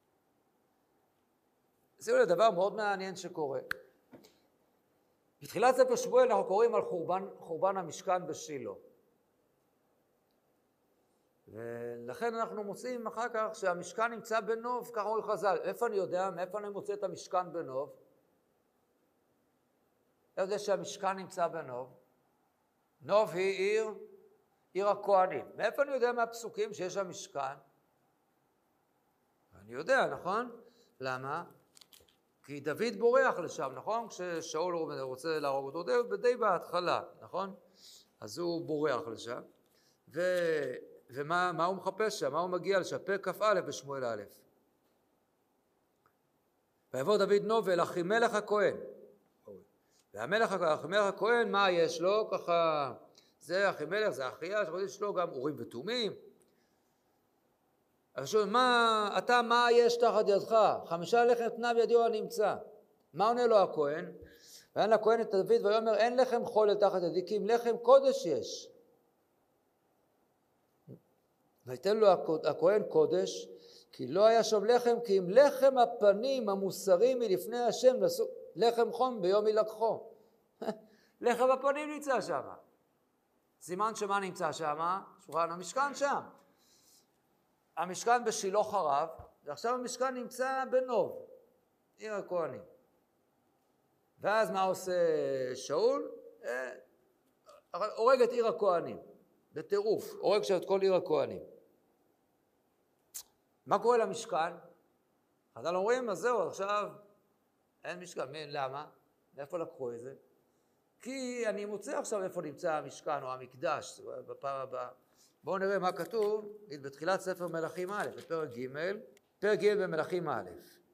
זה דבר מאוד מעניין שקורה. בתחילת ספר שמואל אנחנו קוראים על חורבן, חורבן המשכן בשילה. ולכן אנחנו מוצאים אחר כך שהמשכן נמצא בנוב, כך אומרים חז"ל. איפה אני יודע? מאיפה אני מוצא את המשכן בנוב? אני יודע שהמשכן נמצא בנוב. נוב היא עיר, עיר הכהנים. מאיפה אני יודע מהפסוקים שיש שם משכן? אני יודע, נכון? למה? כי דוד בורח לשם, נכון? כששאול רוצה להרוג אותו, די בהתחלה, נכון? אז הוא בורח לשם. ו... ומה מה הוא מחפש שם? מה הוא מגיע לשם? פרק כ"א בשמואל א'. ויבוא דוד נוב אל אחימלך הכהן. והמלך אחימלך הכהן, מה יש לו? ככה, זה אחימלך, זה אחיה, יש לו גם אורים ותומים. אז שואל, מה, אתה, מה יש תחת ידך? חמישה לחם תנה בידיו הנמצא. מה עונה לו הכהן? ויען הכהן את דוד ויאמר אין לחם חול אל תחת ידי כי אם לחם קודש יש. ויתן לו הכהן קודש כי לא היה שם לחם כי אם לחם הפנים המוסרי מלפני השם לחם חום ביום ילקחו. לחם הפנים נמצא שם. סימן שמה נמצא שם? שולחן המשכן שם. המשכן בשילה חרב, ועכשיו המשכן נמצא בנוב, עיר הכהנים. ואז מה עושה שאול? הורג את עיר הכהנים, בטירוף, הורג שם את כל עיר הכהנים. מה קורה למשכן? חז"ל אומרים, אז זהו, עכשיו אין משכן. למה? מאיפה לקחו את זה? כי אני מוצא עכשיו איפה נמצא המשכן או המקדש, בפעם הבאה. בואו נראה מה כתוב בתחילת ספר מלכים א', בפרק ג', פרק ג' במלכים א'.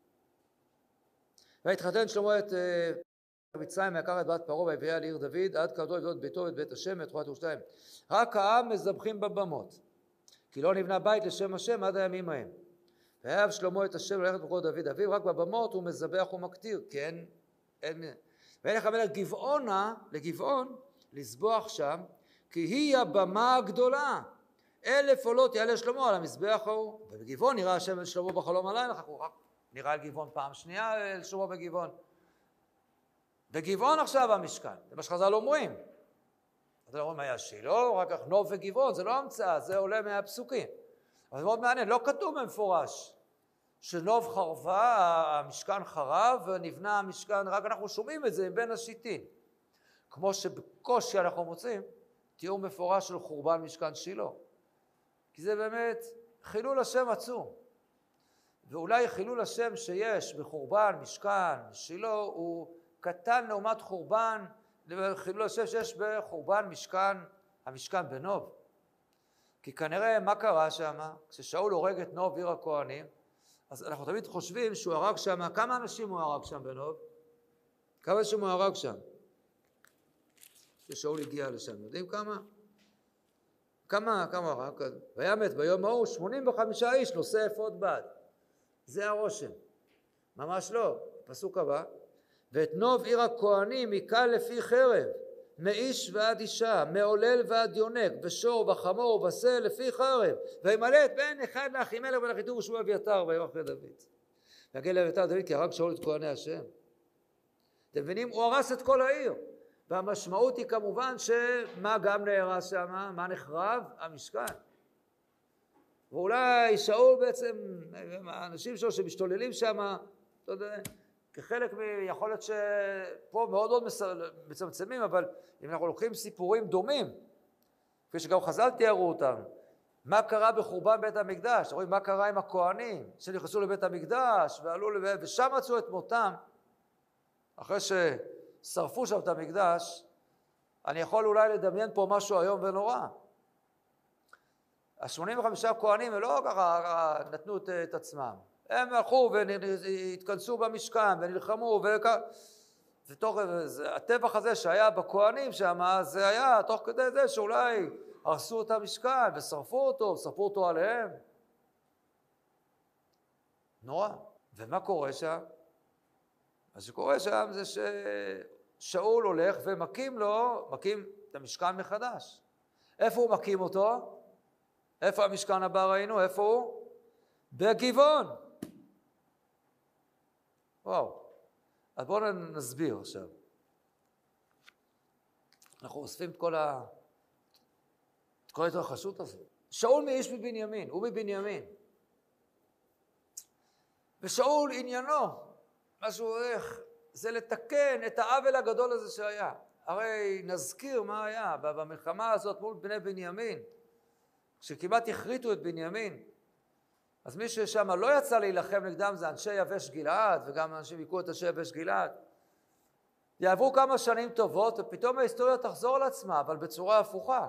והתחתן שלמה את מצרים, ויקח את בת פרעה והביאה לעיר דוד, עד קרדו לבנות ביתו ואת בית השם ואת תרועת ירושלים. רק העם מזבחים בבמות, כי לא נבנה בית לשם השם עד הימים ההם. ואהב שלמה את השם ללכת בקור דוד אביו, רק בבמות הוא מזבח ומקטיר, כי אין, אין... וילך המלך גבעונה, לגבעון, לסבוח שם, כי היא הבמה הגדולה. אלף עולות יעלה שלמה על המזבח ההוא. ובגבעון נראה השם אל שלמה בחלום הלילה, אחר כך נראה על גבעון פעם שנייה אל שלמה בגבעון. בגבעון עכשיו המשכן, זה מה שחז"ל אומרים. אז אומרים היה שילה, רק כך נוב וגבעון, זה לא המצאה, זה עולה מהפסוקים. אבל זה מאוד מעניין, לא כתוב במפורש שנוב חרבה, המשכן חרב ונבנה המשכן, רק אנחנו שומעים את זה בין השיטין. כמו שבקושי אנחנו מוצאים תיאור מפורש של חורבן משכן שילה. כי זה באמת חילול השם עצום. ואולי חילול השם שיש בחורבן משכן שילה הוא קטן לעומת חורבן, חילול השם שיש בחורבן משכן, המשכן בנוב. כי כנראה מה קרה שם? כששאול הורג את נוב עיר הכהנים, אז אנחנו תמיד חושבים שהוא הרג שם, כמה אנשים הוא הרג שם בנוב? כמה אנשים הוא הרג שם? כששאול הגיע לשם, יודעים כמה? כמה, כמה הרג? וימת ביום ההוא שמונים וחמישה איש נושא אפוד בד. זה הרושם. ממש לא. פסוק הבא. ואת נוב עיר הכהנים יקל לפי חרב, מאיש ועד אישה, מעולל ועד יונק, ושור וחמור ובשה לפי חרב, וימלא את בן אחד לאחימלך בן אחיטוב ושמואל אביתר ויברך בית דוד. ויגל לאביתר דוד כי הרג שאול את כהני השם. אתם מבינים? הוא הרס את כל העיר. והמשמעות היא כמובן שמה גם נהרס שם, מה נחרב? המשכן. ואולי שאול בעצם, האנשים שלו שמשתוללים שם, אתה יודע, כחלק מיכולת שפה מאוד מאוד מצמצמים, אבל אם אנחנו לוקחים סיפורים דומים, כפי שגם חז"ל תיארו אותם, מה קרה בחורבן בית המקדש? רואים מה קרה עם הכהנים שנכנסו לבית המקדש ועלו לבית, ושם מצאו את מותם, אחרי ששרפו שם את המקדש. אני יכול אולי לדמיין פה משהו היום ונורא. ה-שמונים וחמישה כהנים הם לא ככה נתנו את, את עצמם. הם הלכו והתכנסו במשכן ונלחמו, ותוך הטבח הזה שהיה בכהנים שם, זה היה תוך כדי זה שאולי הרסו את המשכן ושרפו אותו, שרפו אותו עליהם. נורא. ומה קורה שם? מה שקורה שם זה ששאול הולך ומקים לו, מקים את המשכן מחדש. איפה הוא מקים אותו? איפה המשכן הבא ראינו? איפה הוא? בגבעון. וואו. אז בואו נסביר עכשיו. אנחנו אוספים את כל ה... את כל ההתרחשות הזאת. שאול מאיש מבנימין, הוא מבנימין. ושאול עניינו, מה שהוא הולך, זה לתקן את העוול הגדול הזה שהיה. הרי נזכיר מה היה במלחמה הזאת מול בני בנימין, שכמעט הכריתו את בנימין. אז מי ששם לא יצא להילחם נגדם זה אנשי יבש גלעד, וגם אנשים יקרו את אנשי יבש גלעד. יעברו כמה שנים טובות, ופתאום ההיסטוריה תחזור על עצמה, אבל בצורה הפוכה.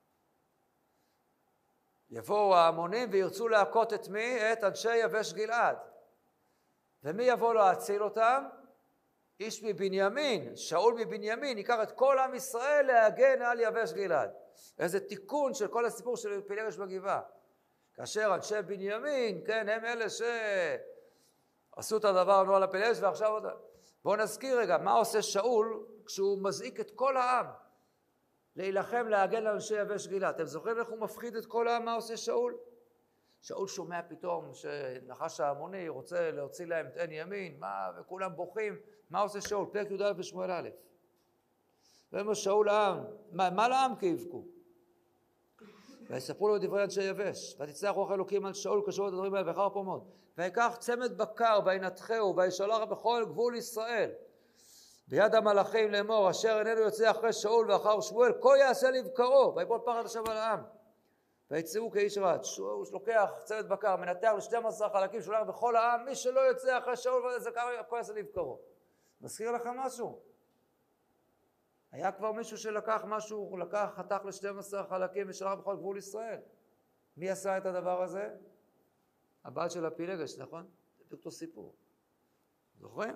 יבואו ההמונים וירצו להכות את מי? את אנשי יבש גלעד. ומי יבוא להציל אותם? איש מבנימין, שאול מבנימין, ייקח את כל עם ישראל להגן על יבש גלעד. איזה תיקון של כל הסיפור של פילגש בגבעה. כאשר אנשי בנימין, כן, הם אלה שעשו את הדבר הנורא לפילגש, ועכשיו עוד... בואו נזכיר רגע, מה עושה שאול כשהוא מזעיק את כל העם להילחם להגן על אנשי יבש גלעד? אתם זוכרים איך הוא מפחיד את כל העם? מה עושה שאול? שאול שומע פתאום שנחש העמוני רוצה להוציא להם את עין ימין, מה, וכולם בוכים. מה עושה שאול? פרק י"א ושמואל א'. ואומר שאול לעם, מה, מה לעם כי יבכו? ויספרו לו את דברי אנשי יבש, ותצלח רוח אלוקים על שאול כשאול את הדברים האלה ואחר פומות. ויקח צמד בקר וינתחהו וישלח בכל גבול ישראל ביד המלאכים לאמור, אשר איננו יוצא אחרי שאול ואחר שמואל, כה יעשה לבקרו, ויפול פחד השם על העם. ויצאו כאיש רץ. שאול לוקח צמד בקר, מנתח ל-שנים עשר חלקים, שולח בכל העם, מי שלא יוצא אחרי שאול וזה כה יעשה לבקרו. מזכיר לכם משהו? היה כבר מישהו שלקח משהו, הוא לקח, חתך ל-שנים עשר חלקים ושלח בכל גבול ישראל. מי עשה את הדבר הזה? הבעל של הפילגש, נכון? זה אותו סיפור. זוכרים?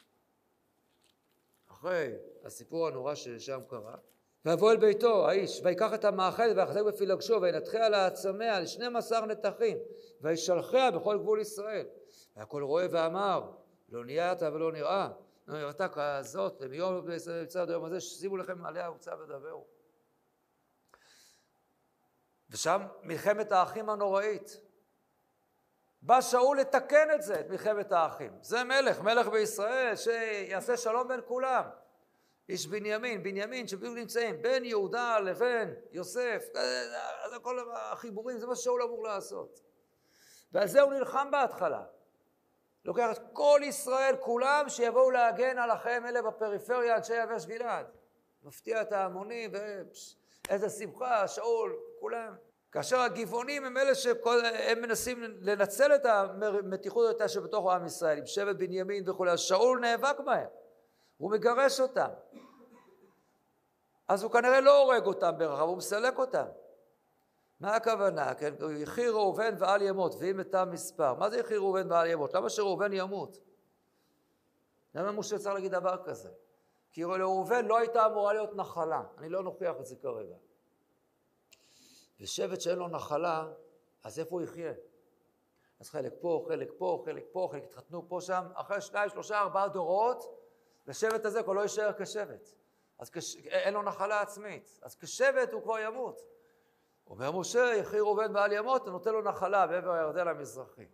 אחרי הסיפור הנורא ששם קרה, ויבוא אל ביתו האיש, ויקח את המאכל ויחזק בפילגשו, וינתחיה לעצמיה על שנים עשר נתחים, וישלחיה בכל גבול ישראל. והכל רואה ואמר, לא נהיית ולא נראה, לא נראתה כזאת, מיום בצד היום הזה, שימו לכם עליה הוצא ודברו. ושם מלחמת האחים הנוראית. בא שאול לתקן את זה, את מלחמת האחים. זה מלך, מלך בישראל, שיעשה שלום בין כולם. איש בנימין, בנימין שבדיוק נמצאים בין יהודה לבין יוסף, זה כל החיבורים, זה מה שאול אמור לעשות. ועל זה הוא נלחם בהתחלה. לוקח את כל ישראל, כולם שיבואו להגן על אחיהם אלה בפריפריה, אנשי יבש גלעד. מפתיע את ההמונים, ואיזה שמחה, שאול, כולם. כאשר הגבעונים הם אלה שהם מנסים לנצל את המתיחות אותה שבתוך עם ישראל, עם שבט בנימין וכו'. שאול נאבק בהם, הוא מגרש אותם. אז הוא כנראה לא הורג אותם ברחב, הוא מסלק אותם. מה הכוונה? כן? יחי ראובן ואל ימות, ואם אתם מספר. מה זה יחי ראובן ואל ימות? למה שראובן ימות? למה משה צריך להגיד דבר כזה? כי לראובן לא הייתה אמורה להיות נחלה. אני לא נוכיח את זה כרגע. ושבט שאין לו נחלה, אז איפה הוא יחיה? אז חלק פה, חלק פה, חלק פה, חלק התחתנו פה שם. אחרי שניים, שלושה, ארבעה דורות, לשבט הזה כבר לא יישאר כשבט. אז כש... אין לו נחלה עצמית. אז כשבט הוא כבר ימות. אומר משה, יחי ראובן ואל ימות, נותן לו נחלה בעבר הירדן המזרחי.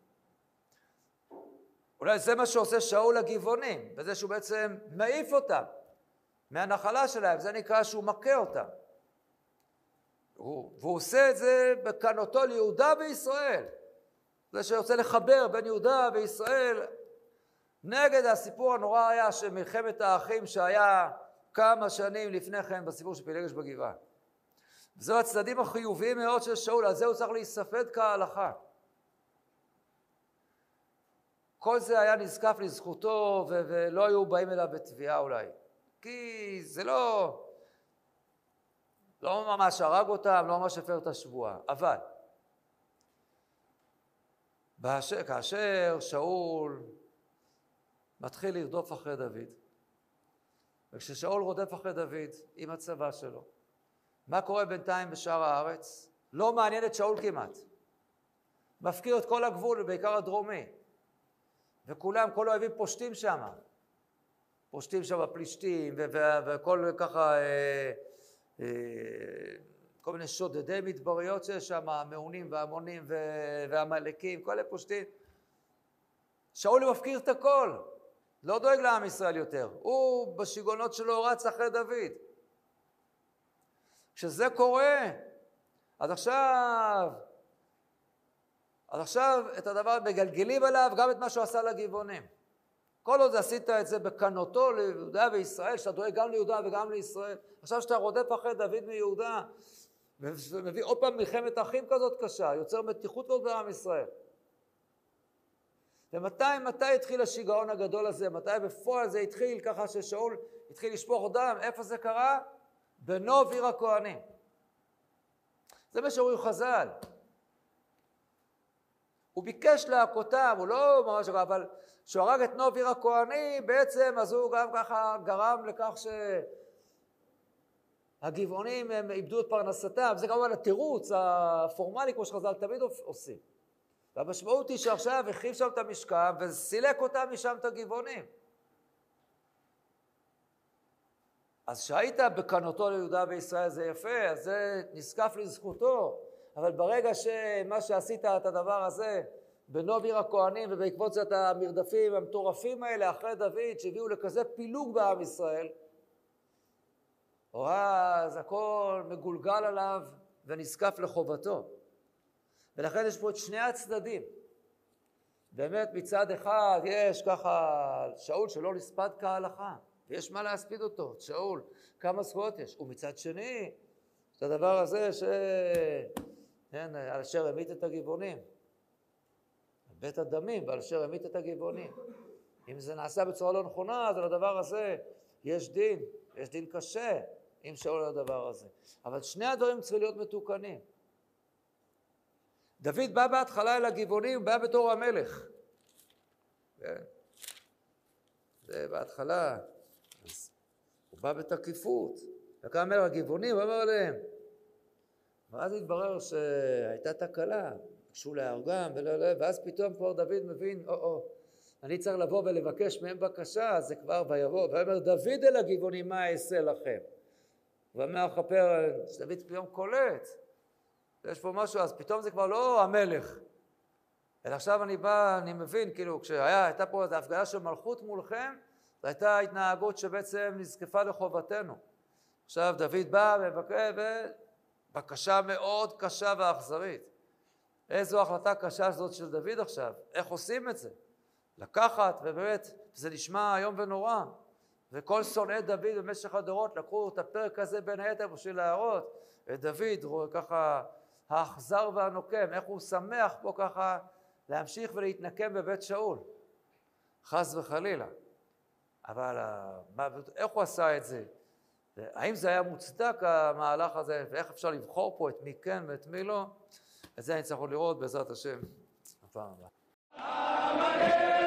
אולי זה מה שעושה שאול לגבעונים, בזה שהוא בעצם מעיף אותם מהנחלה שלהם, זה נקרא שהוא מכה אותם. הוא, והוא עושה את זה בקנותו ליהודה וישראל. זה שיוצא לחבר בין יהודה וישראל, נגד הסיפור הנורא היה של מלחמת האחים שהיה כמה שנים לפני כן בסיפור של פילגש בגבעה. וזו הצדדים החיוביים מאוד של שאול, על זה הוא צריך להיספד כהלכה. כל זה היה נזקף לזכותו ו- ולא היו באים אליו בתביעה אולי. כי זה לא, לא ממש הרג אותם, לא ממש הפר את השבועה. אבל, באשר, כאשר שאול מתחיל לרדוף אחרי דוד, וכששאול רודף אחרי דוד עם הצבא שלו, מה קורה בינתיים בשאר הארץ? לא מעניין את שאול כמעט. מפקיר את כל הגבול, בעיקר הדרומי. וכולם, כל האויבים פושטים שם. פושטים שם פלישתים, ו- ו- וכל ככה, אה, אה, כל מיני שודדי מדבריות שיש שם, מעונים והמונים ו- והמלאקים, כל אלה פושטים. שאול מפקיר את הכל. לא דואג לעם ישראל יותר. הוא בשיגונות שלו רץ אחרי דוד. כשזה קורה, אז עכשיו, אז עכשיו את הדבר מגלגלים עליו גם את מה שהוא עשה לגבעונים. כל עוד עשית את זה בקנותו ליהודה וישראל, שאתה דואג גם ליהודה וגם לישראל, עכשיו שאתה רודף אחרי דוד מיהודה, ומביא עוד פעם מלחמת אחים כזאת קשה, יוצר מתיחות מאוד בעם ישראל. ומתי, מתי התחיל השיגעון הגדול הזה? מתי בפועל זה התחיל ככה ששאול התחיל לשפוך דם? איפה זה קרה? בנוב עיר הכהנים. זה מה שאומרים חז"ל. הוא ביקש להכותם, הוא לא ממש, אבל כשהוא הרג את נוב עיר הכהנים, בעצם אז הוא גם ככה גרם לכך שהגבעונים הם איבדו את פרנסתם. זה כמובן התירוץ הפורמלי, כמו שחז"ל תמיד עושים. והמשמעות היא שעכשיו החריב שם את המשכן וסילק אותם משם את הגבעונים. אז שהיית בקנותו ליהודה וישראל זה יפה, אז זה נזקף לזכותו, אבל ברגע שמה שעשית את הדבר הזה, בנוב עיר הכהנים ובעקבות זאת המרדפים המטורפים האלה אחרי דוד שהביאו לכזה פילוג בעם ישראל, אז הכל מגולגל עליו ונזקף לחובתו. ולכן יש פה את שני הצדדים. באמת מצד אחד יש ככה שאול שלא נספד כהלכה, ויש מה להספיד אותו, שאול, כמה זכויות יש. ומצד שני, את הדבר הזה ש... כן, על אשר המית את הגבעונים. בית הדמים, ועל אשר המית את הגבעונים. אם זה נעשה בצורה לא נכונה, אז על הדבר הזה יש דין, יש דין קשה עם שאול על הדבר הזה. אבל שני הדברים צריכים להיות מתוקנים. דוד בא בהתחלה אל הגבעונים, בא בתור המלך. כן? זה בהתחלה. אז הוא בא בתקיפות. וכמה מלך הגבעונים, הוא אמר להם. ואז התברר שהייתה תקלה. ביקשו להרגם, ואז פתאום כבר דוד מבין, או, או, אני צריך לבוא ולבקש מהם בקשה, אז זה כבר ויבוא, ואומר, דוד אל הגבעונים, מה אעשה לכם? ואומר החפר, דוד פתאום קולט, יש פה משהו, אז פתאום זה כבר לא המלך, אלא עכשיו אני בא, אני מבין, כאילו, כשהייתה פה הפגנה של מלכות מולכם, זו הייתה התנהגות שבעצם נזקפה לחובתנו. עכשיו דוד בא ובקש, ובקשה מאוד קשה ואכזרית. איזו החלטה קשה זאת של דוד עכשיו, איך עושים את זה? לקחת, ובאמת, זה נשמע היום ונורא, וכל שונאי דוד במשך הדורות לקחו את הפרק הזה בין היתר בשביל להראות את דוד, רואה ככה האכזר והנוקם, איך הוא שמח פה ככה להמשיך ולהתנקם בבית שאול, חס וחלילה. אבל איך הוא עשה את זה? האם זה היה מוצדק המהלך הזה, ואיך אפשר לבחור פה את מי כן ואת מי לא? את זה אני צריך לראות בעזרת השם הפעם הבאה.